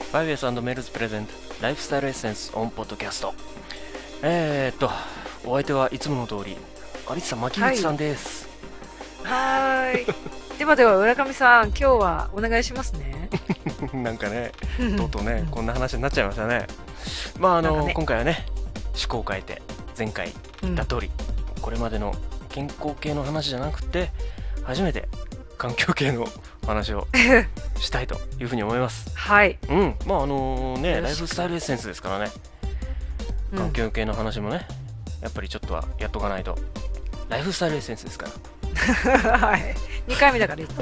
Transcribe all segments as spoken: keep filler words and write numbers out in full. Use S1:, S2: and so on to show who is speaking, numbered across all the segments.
S1: ファイブエス メルズプレゼントライフスタイルエッセンスオンポッドキャスト。えーっとお相手はいつもの通りアリスさん牧口さんです。
S2: はーい。ではでは浦上さん、今日はお願いしますね。
S1: なんかね、とうとうねこんな話になっちゃいましたね。まああの、ね、今回はね趣向を変えて前回言った通り、うん、これまでの健康系の話じゃなくて初めて環境系の話をしたいというふうに思います。
S2: はい。
S1: うん。まああのねライフスタイルエッセンスですからね、環境系の話もね、やっぱりちょっとはやっとかないと。ライフスタイルエッセンスですから。
S2: はい。にかいめだから言った。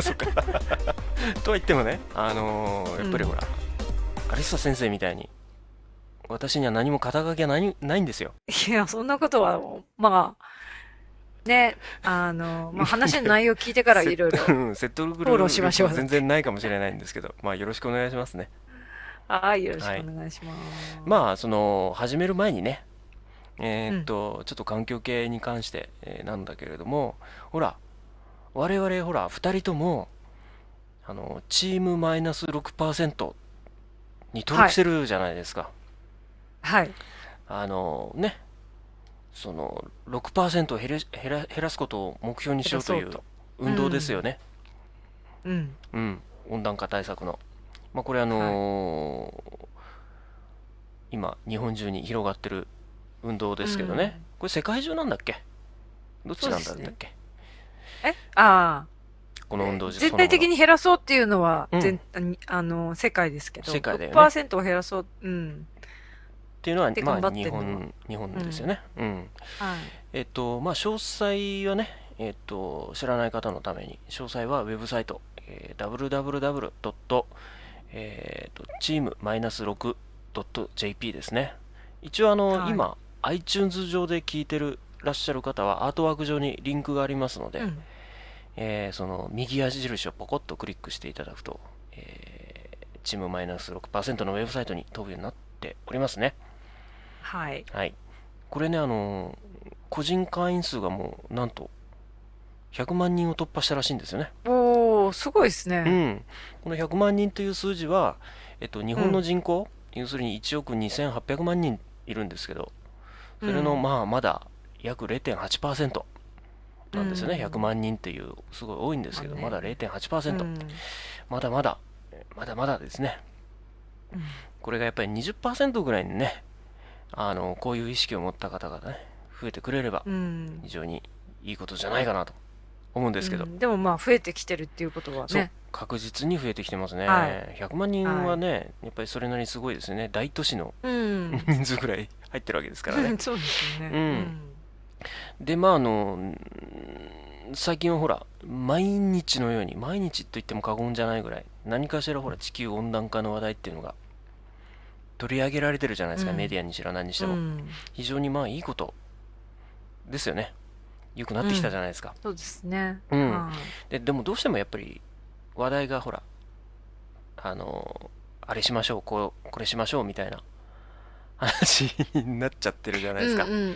S1: そっか。とは言ってもね、あのー、やっぱりほら、うん、アリッサ先生みたいに私には何も肩書きはないないんですよ。
S2: いや、そんなことはまあね、あのまあ話の内容聞いてからいろいろ
S1: 説得
S2: フォローしましょう。
S1: 全然ないかもしれないんですけど、まあよろしくお願いしますね。
S2: はい、よろしくお願いします。
S1: はい、まあその始める前にね、えー、っと、うん、ちょっと環境系に関して、えー、なんだけれども、ほら我々ほらふたりともあのチームマイナス ろくパーセント に登録してるじゃないですか。
S2: はい。
S1: あのね、その ろくパーセント を減ら、減ら、減らすことを目標にしようという運動ですよね。
S2: うん。
S1: うん。温暖化対策の。まあこれあのーはい、今日本中に広がってる運動ですけどね。うん、これ世界中なんだっけ？どっちなんだっけ？ね、
S2: えああ。
S1: この運動
S2: 全体的に減らそうっていうのは、全、うん、あの世界ですけど、世界だよね、ろくパーセント を減らそう、うん、
S1: っていうのはまあ日本日本ですよね。うん。うん、はい。えっとまあ詳細はね、えっと知らない方のために詳細はウェブサイト、えー、ダブリューダブリューダブリュードットチームマイナスろくドットジェーピー ですね。一応あの、はい、今 iTunes 上で聞いてるらっしゃる方はアートワーク上にリンクがありますので。うん、えー、その右矢印をポコッとクリックしていただくと、えー、チームマイナス ろくパーセント のウェブサイトに飛ぶようになっておりますね。
S2: はい。
S1: はい。これね、あのー、個人会員数がもうなんとひゃくまんにんを突破したらしいんですよね。
S2: おー、すごいですね。
S1: うん。このひゃくまんにんという数字は、えっと、日本の人口、うん、要するにいちおくにせんはっぴゃくまんにんいるんですけど、それのまあまだ約 れいてんはちパーセント。なんですよね、ひゃくまんにんっていうすごい多いんですけど、まだ れいてんはちパーセント、うん、まだまだまだまだですね、うん、これがやっぱり にじゅっパーセント ぐらいにね、あのこういう意識を持った方々ね増えてくれれば非常にいいことじゃないかなと思うんですけど、うん、
S2: でもまあ増えてきてるっていうことはね、そう
S1: 確実に増えてきてますね、はい、ひゃくまんにんはね、はい、やっぱりそれなりにすごいですね。大都市の人数ぐらい入ってるわけですからね、うん、
S2: そうですよね、
S1: うんでまああの最近はほら毎日のように、毎日と言っても過言じゃないぐらい何かしらほら地球温暖化の話題っていうのが取り上げられてるじゃないですか、うん、メディアにしろ何にしても、うん、非常にまあいいことですよね。良くなってきたじゃないですか、
S2: うん、そうですね、
S1: うん、はででもどうしてもやっぱり話題がほらあのあれしましょう、こうこれしましょうみたいな話になっちゃってるじゃないですか。うん、うんうん、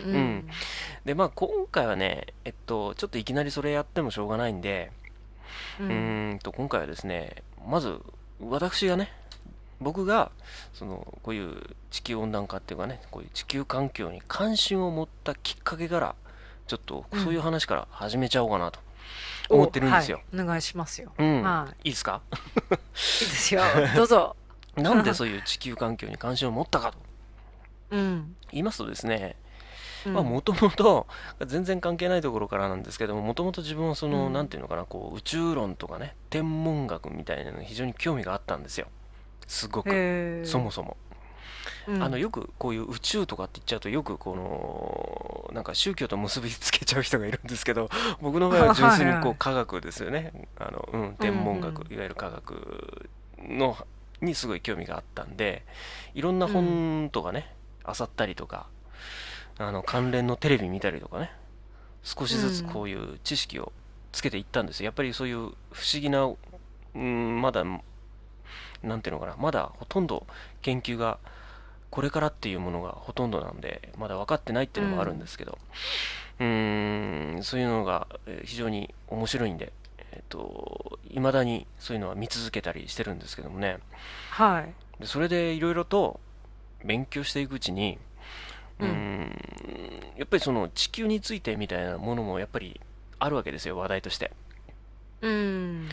S1: でまあ今回はね、えっとちょっといきなりそれやってもしょうがないんで、うん、うーんと今回はですね、まず私がね、僕がそのこういう地球温暖化っていうかね、こういう地球環境に関心を持ったきっかけからちょっとそういう話から始めちゃおうかなと思ってるんですよ。
S2: はい、お願いしますよ。
S1: うん、はい、いいですか？
S2: いいですよ、どうぞ。
S1: なんでそういう地球環境に関心を持ったかと、
S2: うん、
S1: 言いますとですね、まあもともと全然関係ないところからなんですけども、もともと自分はその、うん、なんていうのかな、こう宇宙論とかね、天文学みたいなのに非常に興味があったんですよ。すごくそもそも、うん、あのよくこういう宇宙とかって言っちゃうとよくこのなんか宗教と結びつけちゃう人がいるんですけど、僕の場合は純粋にこう科学ですよね。あの、うん、天文学、うんうん、いわゆる科学のにすごい興味があったんで、いろんな本とかね、漁ったりとか、あの関連のテレビ見たりとかね、少しずつこういう知識をつけていったんですよ。やっぱりそういう不思議な、うん、まだなんていうのかな、まだほとんど研究がこれからっていうものがほとんどなんで、まだ分かってないっていうのもあるんですけど、うーん、そういうのが非常に面白いんで、 えっと、未だにそういうのは見続けたりしてるんですけどもね。
S2: はい。
S1: でそれでいろいろと勉強していくうちに、うー
S2: うん。
S1: ん、やっぱりその地球についてみたいなものもやっぱりあるわけですよ、話題として。
S2: うん。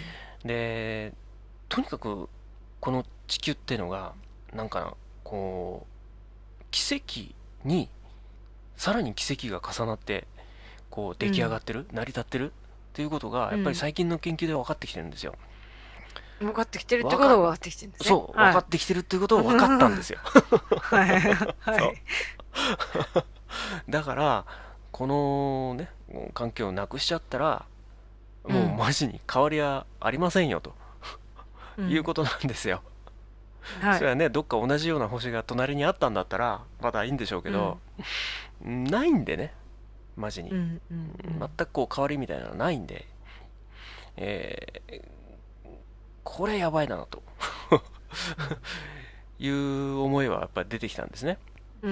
S1: で、とにかくこの地球っていうのが、なんかな、こう、奇跡に、さらに奇跡が重なって、こう出来上が
S2: うん。
S1: ってる、成り立ってるっていうことが、やっぱり
S2: うん。
S1: 最近の研究で分かってきてるんですよ。
S2: 分かってきてるって
S1: 分かっ、
S2: ことが分かってきてるんですね。
S1: そう、分
S2: はい。
S1: かってきてるっていうことを分かったんですよ。
S2: はい。は
S1: そ
S2: い。
S1: う。だから、このね、環境をなくしちゃったら、もう
S2: うん。
S1: マジに変わりはありませんよ、と
S2: うん。
S1: いうことなんですよ。
S2: はい。
S1: それはね、どっか同じような星が隣にあったんだったら、まだいいんでしょうけど、
S2: うん。
S1: ないんでね、マジに。
S2: うん。うん。うん。
S1: 全くこう変わりみたいなのはないんで、えーこれやばいなという思いはやっぱり出てきたんですね。
S2: うん。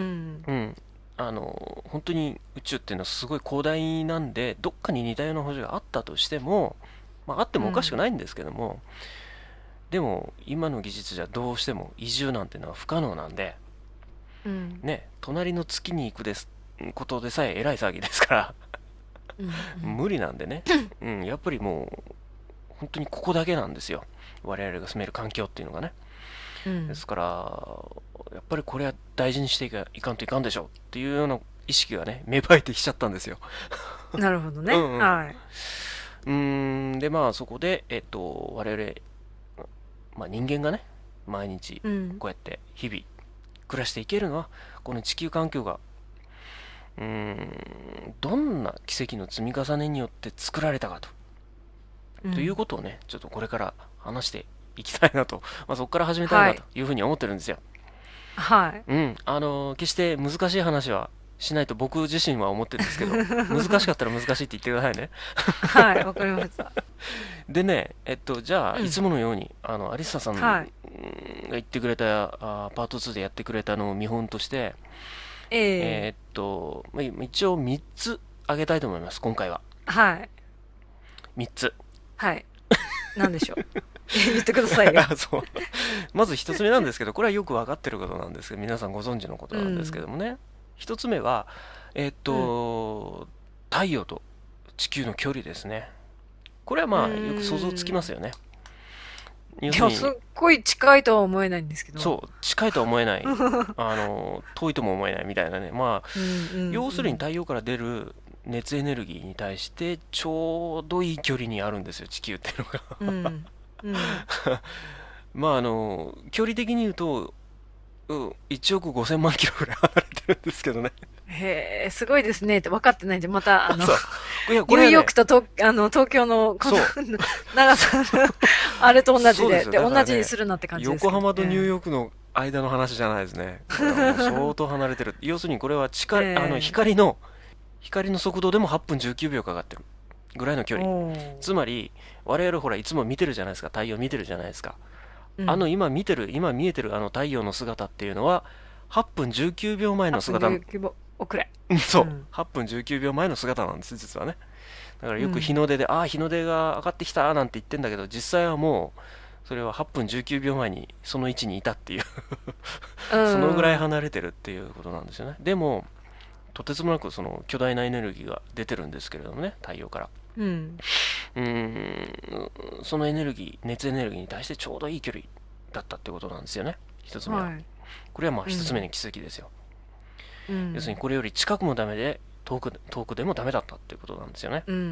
S1: うん。あの、本当に宇宙っていうのはすごい広大なんで、どっかに似たような星があったとしても、まああってもおかしく
S2: うん。
S1: ないんですけども、でも今の技術じゃどうしても移住なんてのは不可能なんで、
S2: うん。
S1: ね、隣の月に行くですことでさえ偉い騒ぎですから
S2: うん。うん。
S1: 無理なんでね、うん、やっぱりもう本当にここだけなんですよ、我々が住める環境っていうのがね。
S2: うん。
S1: ですからやっぱりこれは大事にしていかいかんといかんでしょうっていうような意識がね芽生えてきちゃったんですよ。
S2: なるほどね。
S1: うんうん。
S2: はい。
S1: うーん、でまあそこでえっと我々、まあ、人間がね毎日
S2: うん。
S1: こうやって日々暮らしていけるのはこの地球環境がうーんどんな奇跡の積み重ねによって作られたかとという
S2: うん。
S1: ことをねちょっとこれから話していきたいなと、まあ、そこから始めたい
S2: はい。
S1: なというふうに思ってるんですよ。
S2: はい。
S1: うん、あのー決して難しい話はしないと僕自身は思ってるんですけど、難しかったら難しいって言ってくださいね。
S2: はい。わかりました。
S1: でね、えっと、じゃあ、
S2: うん。
S1: いつものように、あの、アリッサさんが
S2: はい。
S1: 言ってくれた、あパートツーでやってくれたのを見本として、
S2: ええ。
S1: えーっと、まあ一応みっつあげたいと思います、今回は。
S2: はい。
S1: みっつ。
S2: はい。なんでしょう。言ってくださいよ。
S1: あそう。まずひとつめなんですけど、これはよくわかってることなんですけど、皆さんご存知のことなんですけ
S2: うん。
S1: どもね。ひとつめは、えーっ
S2: うん。
S1: と、太陽と地球の距離ですね。これは
S2: う
S1: まあ、よく想像つき
S2: ーん。
S1: ますよね。要
S2: いや、すっ
S1: するに、
S2: ごい近いとは思えないんですけど。
S1: そう、近いとは思えない、あの、遠いとも思えないみたいなね。まあ、
S2: うん。うん。
S1: 要するに
S2: うん。
S1: 太陽から出る熱エネルギーに対してちょうどいい距離にあるんですよ、地球っていうのが。
S2: うん。うん。
S1: まあ、あの、距離的に言うと、うん、いちおくごせんまんキロぐらい離れてるんですけどね。
S2: へえ、すごいですねって分かってないんで、また、あの、
S1: そう。いや、こ
S2: ニュー
S1: れはね、
S2: ヨークとと、あの、東京の、この
S1: そ
S2: 長さ、あれと
S1: う、
S2: 同じで、
S1: そうですよ。
S2: で、
S1: だからね、
S2: 同じにするなって感じです
S1: 横
S2: けど。
S1: 浜とニュー
S2: え
S1: ヨークの間の話じゃないですね。これはもう相当離れてる。要するにこれは
S2: え。
S1: 近い、あの、
S2: ええ。
S1: 光の、光の速度でもはっぷんじゅうきゅうびょうかかってるぐらいの距
S2: お
S1: 離。
S2: ー。
S1: つまり、我々ほら、いつも見てるじゃないですか。太陽見てるじゃないですか。
S2: うん。
S1: あの今見てる、今見えてるあの太陽の姿っていうのは、はっぷんじゅうきゅうびょうまえの
S2: 8分
S1: 姿、
S2: じゅうきゅうびょう遅れ。
S1: そう、
S2: うん。
S1: はっぷんじゅうきゅうびょうまえの姿なんです、実はね。だからよく日
S2: うん。
S1: の出で、ああ、日の出が上がってきたなんて言ってんだけど、実際はもう、それははっぷんじゅうきゅうびょうまえにその位置にいたっていう
S2: う
S1: そのぐらい
S2: ん。
S1: 離れてるっていうことなんですよね。でも、とてつもなくその巨大なエネルギーが出てるんですけれどもね、太陽から。
S2: うん。
S1: うーん、そのエネルギー、熱エネルギーに対してちょうどいい距離だったってことなんですよね。一つ目は。
S2: はい。
S1: これはまあ
S2: うん。
S1: 一つ目の奇跡ですよ。
S2: うん。
S1: 要するにこれより近くもダメで、遠く、遠くでもダメだったっていうことなんですよね。
S2: うん。うん。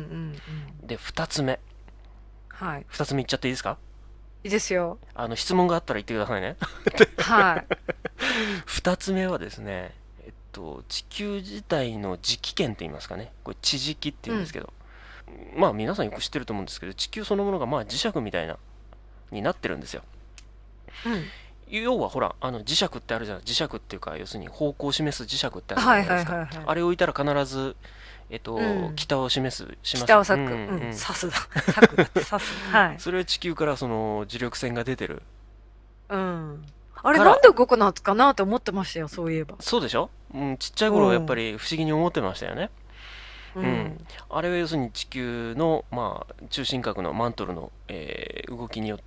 S2: うん。
S1: で、二つ目。
S2: はい。
S1: 二つ目言っちゃっていいですか？
S2: いいですよ。
S1: あの、質問があったら言ってくださいね。
S2: はい。
S1: 二つ目はですね、えっと、地球自体の磁気圏って言いますかね。これ地磁気って言
S2: うん。
S1: うんですけど、まあ皆さんよく知ってると思うんですけど、地球そのものがまあ磁石みたいな、になってるんですよ。
S2: うん。
S1: 要はほら、あの磁石ってあるじゃない、磁石っていうか、要するに方向を示す磁石ってあるじゃ
S2: はいはい
S1: ないですか。
S2: はいはい。
S1: あれを置いたら必ず、えっと、
S2: うん。
S1: 北を示す、します。うんう
S2: 北を咲く。うん。
S1: ん。
S2: 刺すだ。咲くだって刺す。はい。
S1: それは地球からその磁力線が出てる
S2: うん。あれ
S1: から、
S2: なんで動くのかなって思ってましたよ、そういえば。
S1: そうでしょ？うん、ちっちゃい
S2: う
S1: 頃やっぱ
S2: ん。
S1: り不思議に思ってましたよね。
S2: う
S1: うん、
S2: ん。
S1: あれは要するに地球の、まあ、中心核のマントルの、えー動きによって、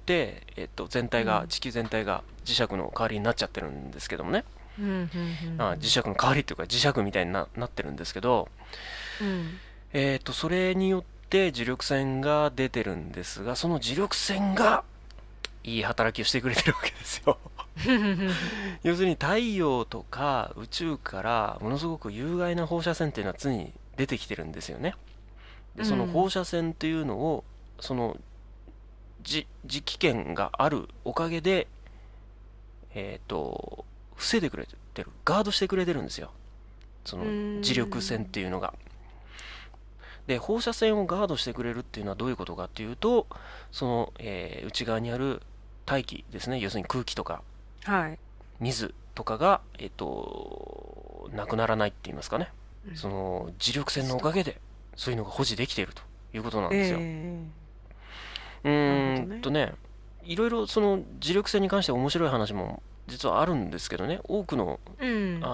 S1: えっと、全体が
S2: うん。
S1: 地球全体が磁石の代わりになっちゃってるんですけどもね。
S2: うん。うん。
S1: あ、磁石の代わりっていうか磁石みたいにな、なってるんですけど、
S2: うん。
S1: えっと、それによって磁力線が出てるんですが、その磁力線がいい働きをしてくれてるわけですよ。
S2: うん。
S1: 要するに太陽とか宇宙からものすごく有害な放射線っていうのは常に出てきてるんですよね。で、その放
S2: うん。
S1: 射線っていうのを、その磁磁気圏があるおかげで、えっと、防いでくれてる、ガードしてくれてるんですよ。そ
S2: う
S1: の磁力線って
S2: ん。
S1: いうのが。で、放射線をガードしてくれるっていうのはどういうことかっていうと、その、えー内側にある大気ですね、要するに空気とか
S2: はい。
S1: 水とかが、えっと、なくならないって言いますかね。
S2: うん。
S1: その磁力線のお
S2: すごい。
S1: かげで、そういうのが保持できているということなん
S2: え
S1: ですよ。
S2: え、
S1: う
S2: なるほ
S1: ーん
S2: どね。
S1: とね、いろいろその磁力線に関して面白い話も実はあるんですけどね、多くの、
S2: うん。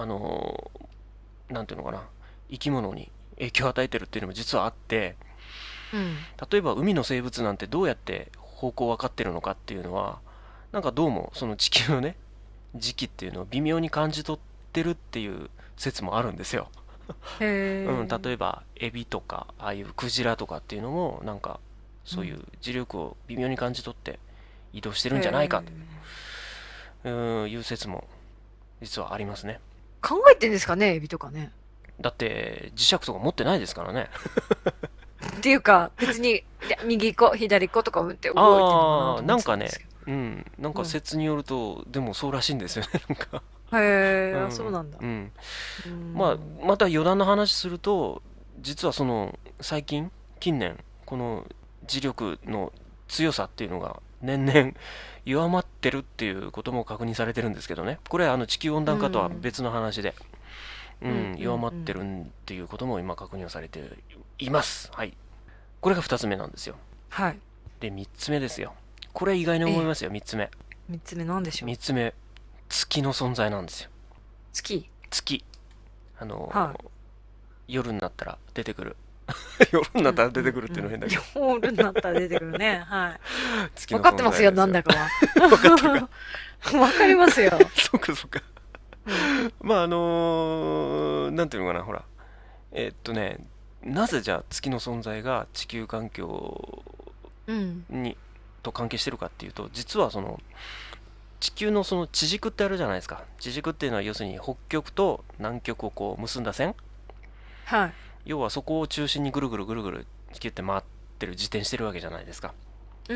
S1: あの、なんていうのかな、生き物に影響を与えてるっていうのも実はあって、
S2: うん。
S1: 例えば海の生物なんてどうやって方向を分かってるのかっていうのは、なんかどうもその地球のね、時期っていうのを微妙に感じ取ってるっていう説もあるんですよ。
S2: へ
S1: うん、例え
S2: え。
S1: ばエビとかああいうクジラとかっていうのもなんかそういう
S2: うん。
S1: 磁力を微妙に感じ取って移動してる
S2: へ
S1: んじゃないかと
S2: え。
S1: うんいう説も実はありますね。
S2: 考えてんですかね、エビとかね。
S1: だって磁石とか持ってないですからね。
S2: っていうか、別に、で右行こう、左行こうとかって動いてんのかな
S1: ああ、
S2: と思っ
S1: なんかね、
S2: てたんですけ
S1: うん、なん
S2: ど。うん。
S1: か説によると、でもそうらしいんですよね、なんか。
S2: へえ、あ、そう
S1: うん、
S2: なんだ。
S1: うん。
S2: うー
S1: まあ、
S2: ん。
S1: また余談の話すると、実はその、最近、近年、この磁力の強さっていうのが年々弱まってるっていうことも確認されてるんですけどね。これはあの地球温
S2: う
S1: 暖化とは
S2: ん。
S1: 別の話で、う
S2: うん、
S1: ん、
S2: うん、
S1: 弱まってる
S2: うん。
S1: っていうことも今確認をされています。はい。これが二つ目なんですよ。
S2: はい。
S1: で、三つ目ですよ。これ意外に
S2: ええ、
S1: 思いますよ、三つ目。
S2: 三つ目なんでしょう。
S1: 三つ目、月の存在なんですよ。
S2: 月。
S1: 月。あの
S2: は
S1: 夜になったら出てくる。夜に
S2: い。うん、
S1: なったら出て
S2: うん、うん。
S1: くるっていうの変だけど、
S2: 夜になったら出てくるね。はい。わ
S1: 月の存
S2: かってますよ、
S1: 在ですよ。
S2: なんだかは。
S1: 分かってるか。
S2: わかりますよ。
S1: そっかそっか。
S2: うん。
S1: まああのーなんていうのかな、ほら。えーっとね、なぜじゃあ月の存在が地球環境
S2: うん。
S1: に、と関係してるかっていうと、実はその、地球のその地軸ってあるじゃないですか。地軸っていうのは要するに北極と南極をこう結んだ線。
S2: はい。
S1: 要はそこを中心にぐるぐるぐるぐる地球って回ってる、自転してるわけじゃないですか。
S2: うん。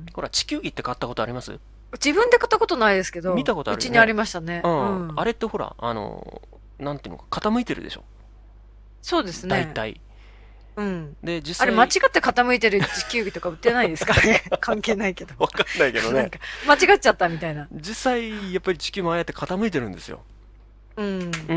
S1: ほら、地球儀って買ったことあります？
S2: 自分で買ったことないですけど、
S1: 見たことあ
S2: うちにあり
S1: るよね。
S2: ましたね。う
S1: うん。あ
S2: ん。
S1: れってほら、あの、なんていうのか、傾いてるでしょ。
S2: そうですね。
S1: 大体。
S2: うん。
S1: で、実
S2: あれ、間違
S1: 際、
S2: って傾いてる地球儀とか売ってないですかね？関係ないけど。
S1: わかんないけどね。
S2: なんか、間違っちゃったみたいな。
S1: 実際、やっぱり地球もああやって傾いてるんですよ。
S2: うん。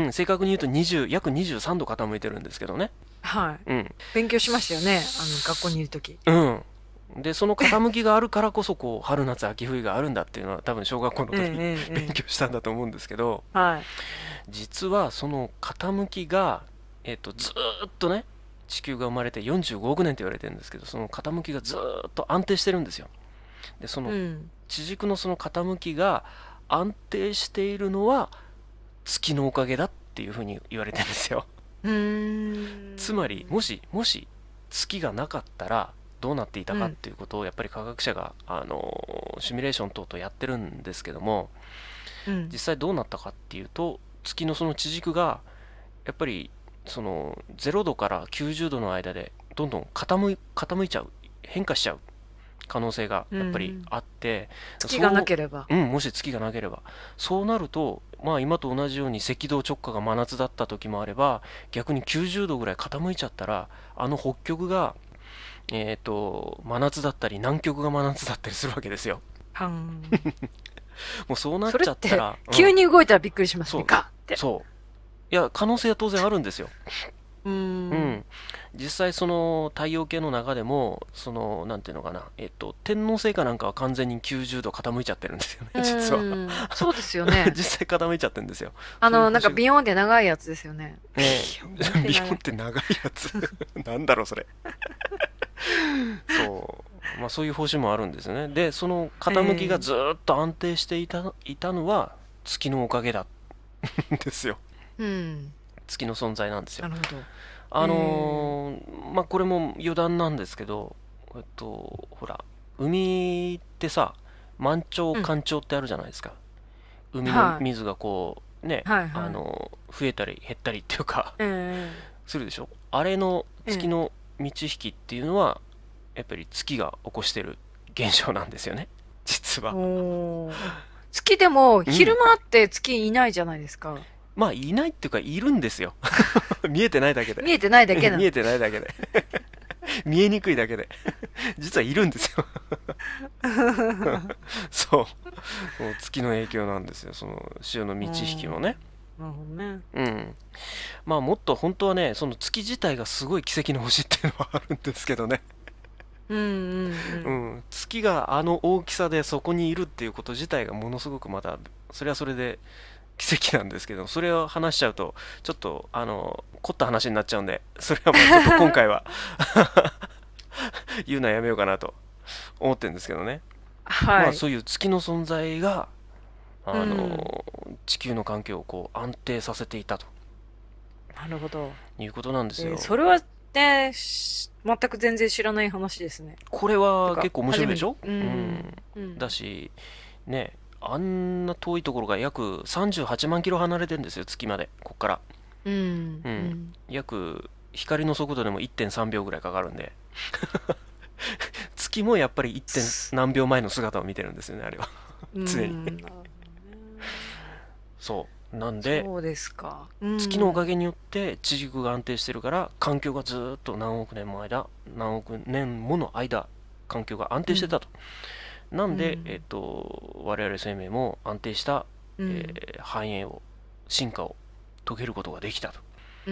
S1: うん、正確に言うとにじゅう、約にじゅうさんど傾いてるんですけどね。
S2: はい。
S1: うん。
S2: 勉強しましたよね。あの、学校にいるとき。
S1: うん。で、その傾きがあるからこそ、こう、春夏秋冬があるんだっていうのは、多分小学校の
S2: ええ、
S1: 時
S2: ええ、
S1: 勉
S2: ええ。
S1: 強したんだと思うんですけど、
S2: はい。
S1: 実はその傾きが、えっと、ずーっとね、地球が生まれてよんじゅうごおくねんと言われてるんですけど、その傾きがずーっと安定してるんですよ。で、その
S2: うん。
S1: 地軸のその傾きが安定しているのは月のおかげだっていうふうに言われてるんですよ。
S2: うー
S1: つまり、も
S2: ん。
S1: し、もし月がなかったらどうなっていたかっ
S2: うん。
S1: ていうことをやっぱり科学者が、あの、シミュレーション等々やってるんですけども、
S2: うん。
S1: 実際どうなったかっていうと、月のその地軸がやっぱりそのゼロどからきゅうじゅうどの間でどんどん傾い傾いちゃう、変化しちゃう可能性が
S2: う
S1: やっぱり
S2: ん。
S1: あって、
S2: 月がな
S1: そ
S2: ければ。
S1: う、うん、もし月がなければ、そうなると、まあ今と同じように赤道直下が真夏だった時もあれば、逆にきゅうじゅうどぐらい傾いちゃったら、あの北極が、えっと、真夏だったり、南極が真夏だったりするわけですよ。
S2: はん。
S1: もうそうなっ
S2: それって、
S1: ちゃったら、うん、
S2: 急に動いたらびっくりしますね。
S1: そう、
S2: ガッて。
S1: そう。いや、可能性は当然あるんですよ。
S2: うーん。
S1: うん。実際その太陽系の中でも、その、なんていうのかな、えっと、天王星かなんかは完全にきゅうじゅうど傾いちゃってるんですよね、
S2: う
S1: 実は。
S2: ーん。そうですよね。
S1: 実際傾いちゃってるんですよ。
S2: あの、なんか
S1: そういう星が、
S2: ビヨーンって長いやつですよね。ビ
S1: ね、
S2: ヨーンって
S1: ビヨン
S2: 長い。
S1: って長いやつ。なんだろう、それ。そう。まあそういう星もあるんですよね。で、その傾きが
S2: ええ、
S1: ずーっと安定していた、いたのは月のおかげだんですよ。
S2: うん。
S1: 月の存在なんですよ。
S2: なるほど。
S1: あ
S2: ええ、
S1: のーまあこれも余談なんですけど、えっと、ほら、海ってさ、満潮
S2: うん。
S1: 干潮ってあるじゃないですか。海の
S2: はい。
S1: 水がこう、ね、あ
S2: はいはい。
S1: の増えたり減ったりっていうか、
S2: え
S1: するでしょ。あれの
S2: え、ええ。
S1: 月の満ち引きっていうのは、やっぱり月が起こしてる現象なんですよね。実は。
S2: おー。月でも、
S1: うん。
S2: 昼間って月いないじゃないですか。
S1: まあ、いないっていうか、いるんですよ。見えてないだけで。
S2: 見えてないだけなの。
S1: 見えてないだけで。見えにくいだけで。実はいるんですよ。そう。もう月の影響なんですよ。その潮の
S2: う
S1: 満ち引きも
S2: ん。
S1: ね。
S2: なるほどね。
S1: うん。まあもっと本当はね、その月自体がすごい奇跡の星っていうのはあるんですけどね。
S2: うんうんう
S1: う
S2: ん。
S1: ん。月があの大きさでそこにいるっていうこと自体がものすごくまた、それはそれで奇跡なんですけど、それを話しちゃうと、ちょっと、あの、凝った話になっちゃうんで、それはまあちょっと今回は言うのはやめようかなと思ってるんですけどね。ま
S2: はい。
S1: あそういう月の存在が、
S2: う
S1: あ
S2: ん。
S1: の、地球の環境をこう安定させていたと
S2: なるほど。
S1: いうことなんです
S2: えー
S1: よ。
S2: それはね、し全く全然知らない話ですね。
S1: これ
S2: てか、
S1: は結構面白
S2: 初めに。
S1: いでしょ？
S2: う
S1: うん。
S2: ん。うん。
S1: だし、ね、あんな遠いところが約さんじゅうはちまんキロ離れてるんですよ、月まで、こっから。
S2: うん。
S1: うん。
S2: うん。
S1: 約、光の速度でもいってんさんびょうぐらいかかるんで、月もやっぱり い. 点
S2: す
S1: 何秒前の姿を見てるんですよね、あれは。
S2: う
S1: 常に。
S2: ん。なるほどね。
S1: そう。なんで、
S2: そうですか。う
S1: 月のおかげ
S2: ん。
S1: によって地軸が安定してるから、環境がずーっと何億年も間、何億年もの間、環境が安
S2: うん。
S1: 定してたと。なんで、えっ
S2: うん。
S1: と、我々生命も安定した、
S2: うん。
S1: えー繁栄を、進化を遂げることができた
S2: うん。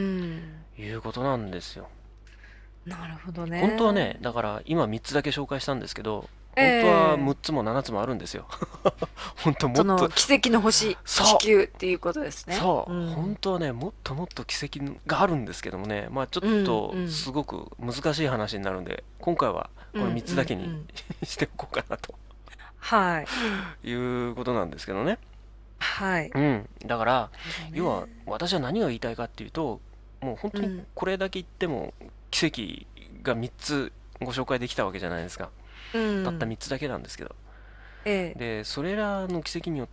S1: ということなんですよ。
S2: なるほど
S1: 本当はね、
S2: ね。
S1: だから今みっつだけ紹介したんですけど、
S2: え
S1: 本当は6
S2: え、
S1: つもななつもあるんですよ。本当もっと、
S2: その奇跡の星、地
S1: そう
S2: 球っていうことですね。
S1: そう、本
S2: うん。
S1: 当はね、もっともっと奇跡があるんですけどもね、まあちょっ
S2: うん、う
S1: と
S2: ん。
S1: すごく難しい話になるんで、今回は
S2: うん、
S1: この3
S2: うん、
S1: つだけに
S2: うん。
S1: しておこうかなと
S2: はい。
S1: いうことなんですけどね。
S2: はい。
S1: うん。だから、
S2: なるほど
S1: 要は
S2: ね。
S1: 私は何が言いたいかっていうと、もう本当に
S2: うん。
S1: これだけ言っても奇跡がみっつご紹介できたわけじゃないですか。
S2: う
S1: たった
S2: ん。
S1: みっつだけなんですけど。
S2: ええ。
S1: で、それらの奇跡によって、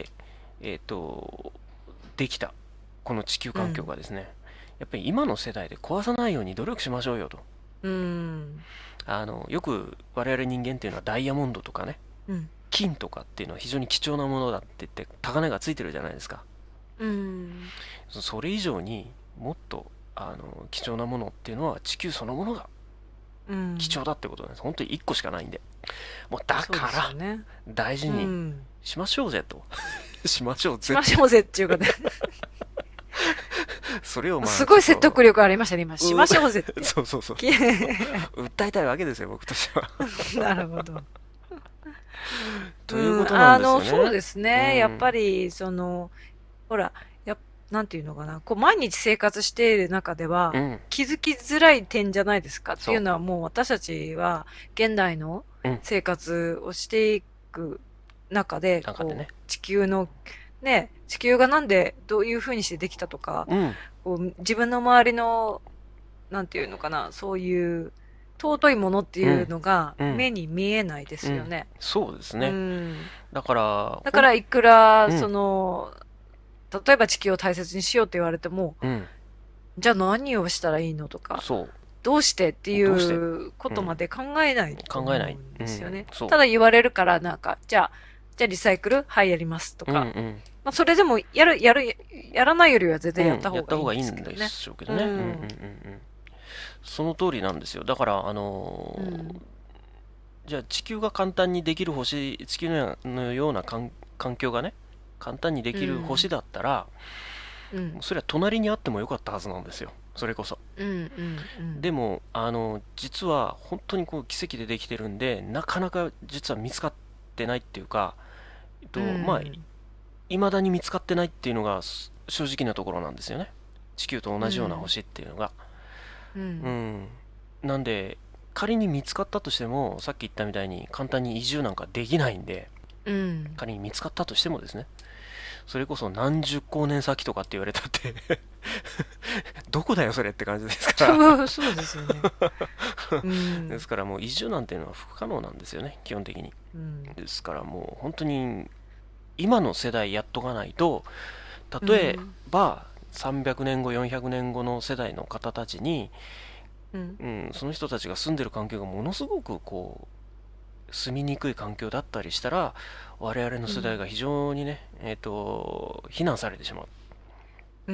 S1: えっと、できた、この地球環境
S2: うん。
S1: がですね、やっぱり今の世代で壊さないように努力しましょうよと。
S2: うん。
S1: あの、よく我々人間っていうのはダイヤモンドとかね、
S2: うん。
S1: 金とかっていうのは非常に貴重なものだって言って高値がついてるじゃないですか。
S2: うん。
S1: それ以上にもっとあの貴重なものっていうのは地球そのものが
S2: うん。
S1: 貴重だってことなんです。本当にいっこしかないんで。もうだ
S2: そうですよ
S1: から
S2: ね。
S1: 大事
S2: う
S1: に
S2: ん。
S1: しましょうぜと。しましょうぜと。
S2: しましょうぜっていうかね。
S1: それをま
S2: す
S1: あちょっと、
S2: ごい説得力ありましたね、今。しましょうぜっ
S1: う
S2: て。
S1: そうそうそう。
S2: き
S1: 訴えたいわけですよ、僕としては。
S2: なるほど。
S1: というこ
S2: うん、
S1: となん
S2: あの、そう
S1: ですよね。
S2: です
S1: う
S2: ね。やっぱ
S1: ん。
S2: り、その、ほら、や、なんていうのかな。こう、毎日生活している中では、
S1: うん。
S2: 気づきづらい点じゃないですか。っていう
S1: そ
S2: のはもう私たちは、現代の
S1: う。うん。
S2: 生活をしていく中で、こう、
S1: 中でね。
S2: 地球の、ね、地球がなんで、どういう風にしてできたとか、
S1: うん。
S2: こう、自分の周りの、なんていうのかな、そういう、尊いものっていう
S1: うん。
S2: のが
S1: うん。
S2: 目に見えないで
S1: うん。
S2: すよね。
S1: そうです
S2: う
S1: ね。
S2: ん。
S1: だから、ほん、
S2: だからいくら、そ
S1: うん。
S2: の、例えば地球を大切にしようって言われても、
S1: うん。
S2: じゃあ何をしたらいいのとか、
S1: そ
S2: どうしてってい
S1: う。どうして、
S2: うこ
S1: うん。
S2: とまで考えないと
S1: 考えない。
S2: 思うん
S1: うん。
S2: ですよね。た
S1: そ
S2: だ言われるからなんか、じゃあ、じゃあリサイクルはいやりますと
S1: う。うんう
S2: か。
S1: ん。
S2: まあそれでもやる、やる、やらないよりは全然やっ
S1: うん。
S2: た方がいいんで
S1: やった方がいい
S2: すけどね。
S1: んでしょうけど
S2: う
S1: ね。うんうんうん
S2: ん。
S1: うん。その通りなんですよ。だから、あ
S2: うん。
S1: のーじゃあ地球が簡単にできる星、地球のような環環境がね、簡単にで
S2: う
S1: きる星
S2: ん。
S1: だったら、
S2: うん。
S1: それは隣にあってもよかったはずなんですよ。 それこそ。
S2: うんうんうん。
S1: でも、あの、実は本当にこう奇跡でできてるんで、なかなか実は見つかってないっていうか、えっ
S2: う
S1: と、まあ、
S2: ん。
S1: 未だに見つかってないっていうのがす正直なところなんですよね。地球と同じような
S2: うん。
S1: 星っていうのが。
S2: うん。
S1: うん。なんで、仮に見つかったとしても、さっき言ったみたいに簡単に移住なんかできないんで、
S2: うん。
S1: 仮に見つかったとしてもですね、それこそ何十光年先とかって言われたってどこだよそれって感じですから
S2: そう、そうですよね。う
S1: です
S2: ん。
S1: からもう移住なんていうのは不可能なんですよね、基本的に。
S2: うん。
S1: ですからもう本当に今の世代やっとかないと、
S2: う
S1: 例え
S2: ん。
S1: ばさんびゃくねんご、よんひゃくねんごの世代の方たちに、
S2: うん。
S1: うん、その人たちが住んでる環境がものすごくこう住みにくい環境だったりしたら、我々の
S2: うん。
S1: 世代が非常にね、えっと、非難されてしまう。
S2: うん。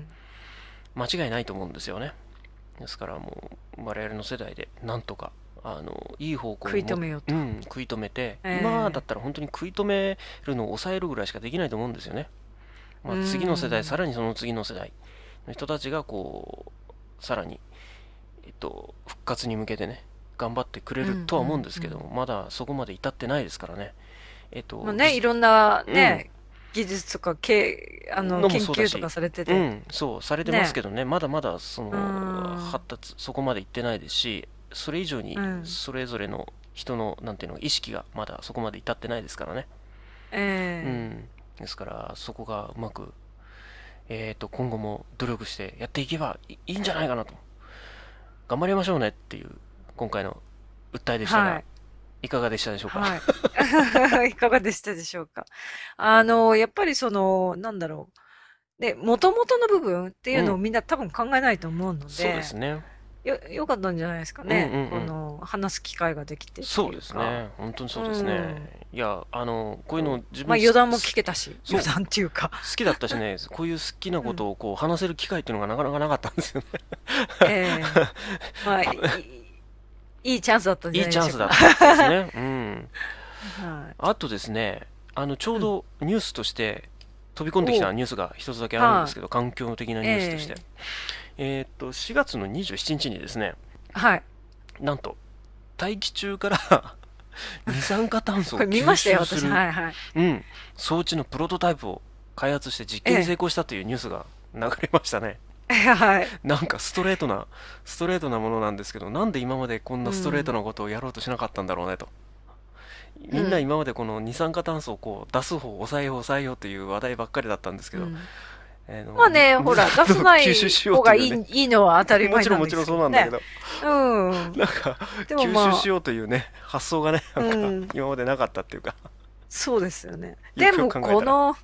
S1: 間違いないと思うんですよね。ですからもう我々の世代でなんとかあのいい方向
S2: 食い
S1: にも、
S2: 止めようと。
S1: うん、食い止めて、今だ
S2: え
S1: ったら本当に食い止めるのを抑えるぐらいしかできないと思うんですよね。
S2: え。う
S1: まあ、次の世代、さ
S2: ん。
S1: らにその次の世代の人たちがこうさらに、えっと、復活に向けてね頑張ってくれ
S2: うん。
S1: るとは思うん
S2: うん。うん。
S1: ですけど、まだそこまで至ってないですからね。えっと、
S2: まあね、い
S1: じ、
S2: ろんな
S1: うん、
S2: ね、技術とか、け、あの、
S1: のも
S2: 研
S1: そうだし、
S2: 究とかされてて。
S1: うん、そう、されてます
S2: ね。
S1: けどね、まだまだそ
S2: うー
S1: の
S2: ん。
S1: 発達、そこまでいってないですし、それ以上に
S2: うん。
S1: それぞれの人の、なんていうの、意識がまだそこまで至ってないですからね。う
S2: ええ。
S1: ん。ですから、そこがうまく、えっと、今後も努力してやっていけばいいいんじゃないかなと。頑張りましょうねっていう、今回の訴えでしたが、
S2: はい。
S1: いかがでしたでしょうか。
S2: はい。いかがでしたでしょうか。あの、やっぱりその、なんだろう。で、元々の部分っていうのを
S1: うん。
S2: みんな多分考えないと思うの
S1: そうで
S2: で、
S1: すね。
S2: よ、よかったんじゃないですか
S1: うんうん
S2: ね。
S1: うん。
S2: この、話す機会ができてって
S1: そう
S2: いうか。
S1: ですね。本当にそ
S2: う
S1: うですね。
S2: ん。
S1: いや、あの、こういうの
S2: そう。まあ
S1: 自分す、
S2: 余談も聞
S1: す
S2: けたし、
S1: そう、
S2: 余談っていうか。
S1: 好きだったしね、こういう好きな
S2: うん。
S1: ことをこう話せる機会っていうのがなかなかなかったんですよね。
S2: ええ。まあ、いい、いいチャンスだったんじ
S1: いいチャン
S2: ゃないでしょうか。
S1: スだったですね。うん。
S2: はい。
S1: あとですね、あの、ちょう
S2: うん。
S1: どニュースとして飛び込んできた
S2: おう。
S1: ニュースが一つだけあるんです
S2: は
S1: けど、環境的な
S2: い。
S1: ニュースとして。
S2: ええ。
S1: えーっと、しがつのにじゅうしちにちにちにですね、
S2: はい。
S1: なんと、大気中から二酸化炭素
S2: これ見
S1: を吸
S2: ましたよ、私。
S1: 収する、
S2: はいはい。
S1: うん、装置のプロトタイプを開発して実験に成
S2: ええ。
S1: 功したというニュースが流れましたね。
S2: はい。
S1: なんかストレートな、ストレートなものなんですけど、なんで今までこんなストレート
S2: うん。
S1: なことをやろうとしなかったんだろうねと。みんな
S2: うん。
S1: 今までこの二酸化炭素をこう出す方、抑えよう、抑えようという話題ばっかりだったんですけど、
S2: うん。
S1: あの、に
S2: まあね、ほら、
S1: 二酸化炭素を
S2: 出さな
S1: 吸収しよう
S2: い方がいい、
S1: というね、
S2: いいのは当たり
S1: もちろん
S2: 前なんで
S1: もちろんそう
S2: すけどね。
S1: なんだけど、
S2: うん。
S1: なんか
S2: でも
S1: 吸収
S2: まあ、
S1: しようというね、発想がね、な
S2: う
S1: んか
S2: ん。
S1: 今までなかったっていうか、
S2: そうですよね。
S1: よくよ
S2: でも、
S1: く考えたら。
S2: この、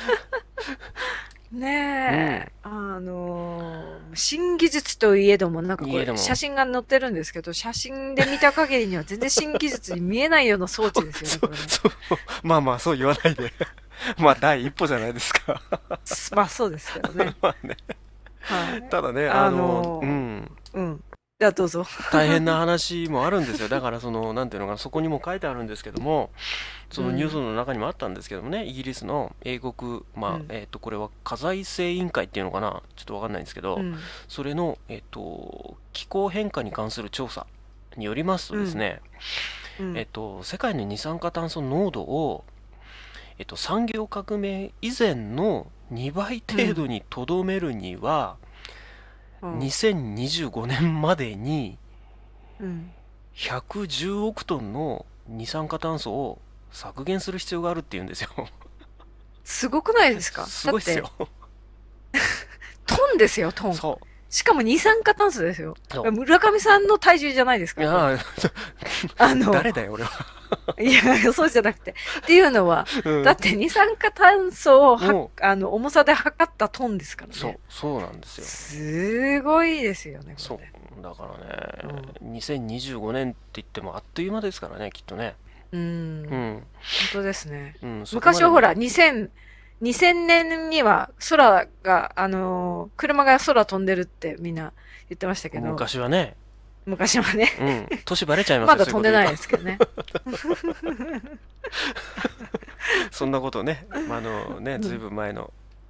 S1: うん。
S2: ねえ、あのー新技術といえども、なんかこれ、
S1: いえども、
S2: 写真が載ってるんですけど、写真で見た限りには全然新技術に見えないような装置ですよね、
S1: そう、
S2: これね。
S1: そう、まあまあそう言わないで。まあ第一歩じゃないですか。
S2: すまあ、そうですけどね。
S1: まあね。
S2: はい。
S1: ただね、あ
S2: あ
S1: の、う
S2: の
S1: ん、
S2: ーうん。じゃあどうぞ。
S1: 大変な話もあるんですよ。だからその、なんていうのかな、そこにも書いてあるんですけども、そのニュース
S2: うん。
S1: の中にもあったんですけどもね、イギリスの英国、まあ、
S2: うん。
S1: えっと、これは火災性委員会っていうのかな、ちょっとわかんないんですけど、
S2: うん。
S1: それの、えっと、気候変化に関する調査によりますと
S2: うん。
S1: ですね、
S2: うん。
S1: えっと、世界の二酸化炭素濃度を、えっと、産業革命以前のにばい程度
S2: うん。
S1: にとどめるには、
S2: うん。
S1: にせんにじゅうごねんまでに
S2: うん。
S1: ひゃくじゅうおくトンの二酸化炭素を削減する必要があるっていうんですよ。
S2: すごくないですか？だって、
S1: すごいっすよ。
S2: トンですよ、トン。
S1: そ
S2: しかも二酸化炭素ですよ。
S1: う。そ
S2: 村上さんの体重じゃないです
S1: う。い
S2: か、これ。
S1: やー、
S2: あの、
S1: 誰だよ、俺は。
S2: いや、そうじゃなくて。っていうのは、
S1: うん。
S2: だって二酸化炭素をは、
S1: も
S2: あの、重さで測ったトンですから
S1: う、そう、
S2: ね。
S1: そうなんですよ。
S2: すごいですよね、こ
S1: そ
S2: れね。
S1: う。だから
S2: うん。
S1: ね、にせんにじゅうごねんって言ってもあっという間ですからね、きっとね。
S2: うん。
S1: うん。
S2: 本当ですね。
S1: うん、そこまでに。
S2: 昔はほら、にせん、にせんねんには空が、あのー車が空飛んでるってみんな言ってましたけど、
S1: 昔はね、
S2: 昔はね。
S1: うん、年バレちゃいますよ、
S2: まだ
S1: そういうこと言うと。
S2: 飛んでないですけどね。
S1: そんなことね、あのね、ずい
S2: うん。
S1: ぶん前の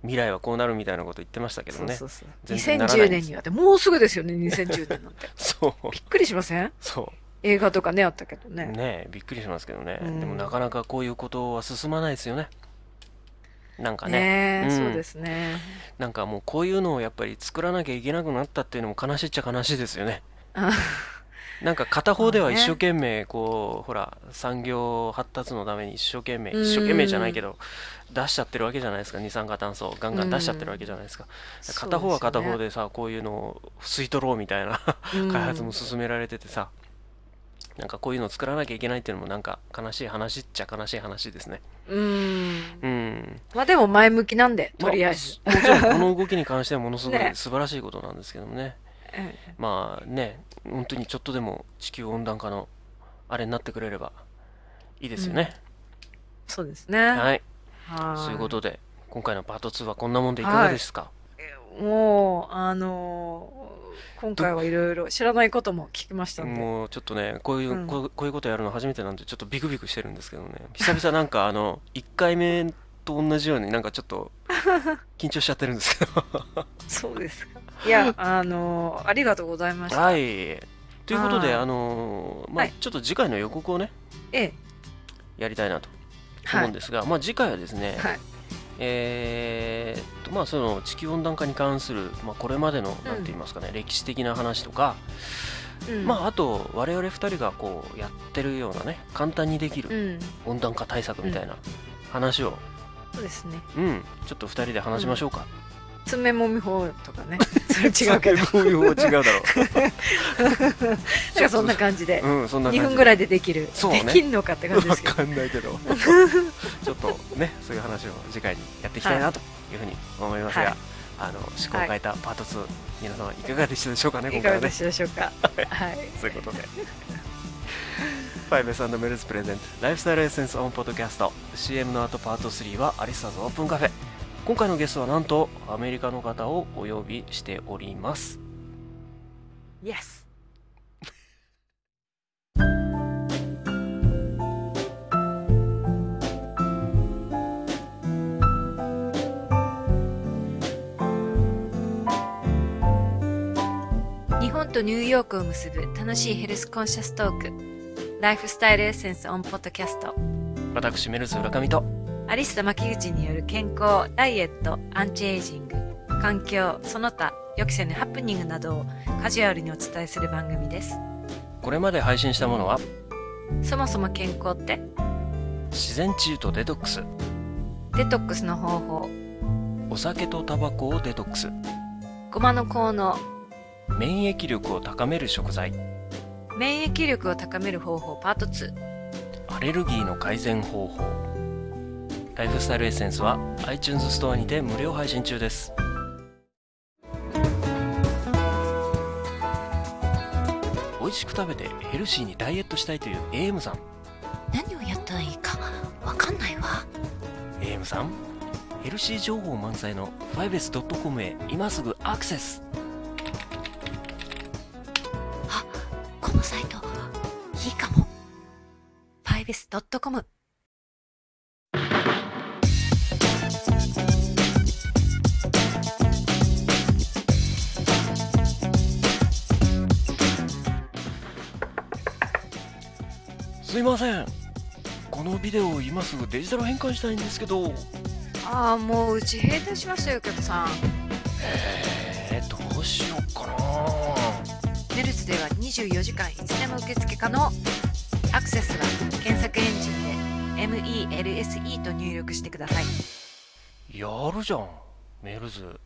S1: 未来はこうなるみたいなこと言ってましたけどね。
S2: そうそうそう。
S1: 全然ならない
S2: 2010
S1: んですよ。
S2: 年にはって、もうすぐですよね、にせんじゅうねんなんて。
S1: そう。
S2: びっくりしません？
S1: そ
S2: 映画とかね、あったけど
S1: う。
S2: ね。
S1: ねえ、びっくりしますけどね。
S2: うん。
S1: でもなかなかこういうことは進まないですよね。なんかね。
S2: ねえ、そうで
S1: うん。
S2: すね。
S1: なんかもうこういうのをやっぱり作らなきゃいけなくなったっていうのも悲しいっちゃ悲しいですよね。
S2: あ、
S1: なんか片方では一生
S2: まあね。
S1: 懸命こうほら産業発達のために一生懸命
S2: う
S1: 一生懸命じゃない
S2: ーん。
S1: けど出しちゃってるわけじゃないですか。二酸化炭素をガン
S2: う
S1: ガン出しちゃってるわ
S2: ん。
S1: けじゃないですか。
S2: そうで
S1: 片方は片方
S2: すよね。
S1: でさこういうのを吸い取ろうみたいな
S2: う
S1: 開発も
S2: ん。
S1: 進められててさ、なんかこういうのを作らなきゃいけないっていうのもなんか悲しい話っちゃ悲しい話ですね。
S2: うー
S1: う
S2: ん。
S1: ん。
S2: まあでも前向きなんで、と
S1: まあ、
S2: りあえず。
S1: もちろんこの動きに関してはものすごい
S2: ね。
S1: 素晴らしいことなんですけどもね。
S2: え
S1: まあね、本当にちょっとでも地球温暖化のあれになってくれればいいで
S2: うん。
S1: すよね。
S2: そうですね。
S1: はい。そういうこ
S2: は
S1: とで、今回のパートツーはこんなもんで
S2: い。
S1: いかが
S2: はい。
S1: ですか？
S2: もう、あのー今
S1: ど、
S2: 回はいろいろ知らないことも聞きましたんで。
S1: もうちょっとね、こういう、
S2: うん。
S1: こう、こういうことやるの初めてなんで、ちょっとビクビクしてるんですけどね。久々なんかあの、いっかいめと同じようになんかちょっと緊張しちゃってるんですけど。
S2: そうですか。いや、あのーありがとうございまし
S1: は
S2: た。
S1: い。ということで、あ
S2: は
S1: のー
S2: い。
S1: まあ
S2: はい。
S1: ちょっと次回の予告をね、
S2: ええ。
S1: やりたいなと思
S2: はい。
S1: うんですが、まあ次回はですね、
S2: はい。
S1: えーっと、まあその地球温暖化に関する、まあこれまでの、なんて
S2: うん。
S1: 言いますかね、歴史的な話とか、
S2: うん。
S1: まああと我々ふたりがこうやってるようなね、簡単にできる
S2: うん。
S1: 温暖化対策
S2: うん。
S1: みたいな話を、
S2: そうですね。
S1: うん、ちょっとふたりで
S2: うん。
S1: 話しましょうか。
S2: 爪もみ法とかね。それ違
S1: そ
S2: うけど。
S1: れもよう違うだろう。
S2: なん
S1: ちょっと、
S2: かそんな感じで。
S1: うん、そんな感じで。
S2: にふんぐらいでできる。
S1: そうね。
S2: できんのかって感じで
S1: わ
S2: すけど。
S1: かんないけど。ちょっとね、そういう話を次回にやっていきたい
S2: はい。
S1: なというふうに思いますが、
S2: はい。
S1: あの、思考を
S2: はい。
S1: 変えたパートツー、皆様いかがでしたでしょうかね、
S2: いかがで
S1: 今回はね。
S2: したでしょうか。はい。
S1: そういうことで。ファイブエス メルズプレゼントライフスタイルエッセンスオンポッドキャスト シーエム の後パートスリーはアリスターズオープンカフェ。今回のゲストはなんとアメリカの方をお呼びしております。
S2: Yes。日本とニューヨークを結ぶ楽しいヘルスコンシャストーク。ライフスタイルエッセンスオンポッドキャスト。
S1: 私メルズ浦上と
S2: アリスタ牧口による健康、ダイエット、アンチエイジング、環境、その他、予期せぬハプニングなどをカジュアルにお伝えする番組です。
S1: これまで配信したものは
S2: そもそも健康って
S1: 自然治癒とデトックス、
S2: デトックスの方法、
S1: お酒とタバコをデトックス、
S2: ごまの効能、
S1: 免疫力を高める食材、
S2: 免疫力を高める方法パートツー。
S1: アレルギーの改善方法。ライフスタイルエッセンスは iTunes ストアにて無料配信中です。美味しく食べてヘルシーにダイエットしたいという エーエム さん。
S2: 何をやったらいいかわかんないわ。
S1: エーエム さん、ヘルシー情報満載の ファイブエスドットコム へ今すぐアクセス。
S2: あ、このサイトいいかも。ファイブエスドットコム。
S1: すいません、このビデオを今すぐデジタル変換したいんですけど。
S2: ああ、もううち閉店しましたよ、お客さん。
S1: えー、どうしよっかな。
S2: メルスではにじゅうよじかんいつでも受付可能。アクセスは検索エンジンで エムイーエルエスイー と入力してください。
S1: やるじゃん、メルズ。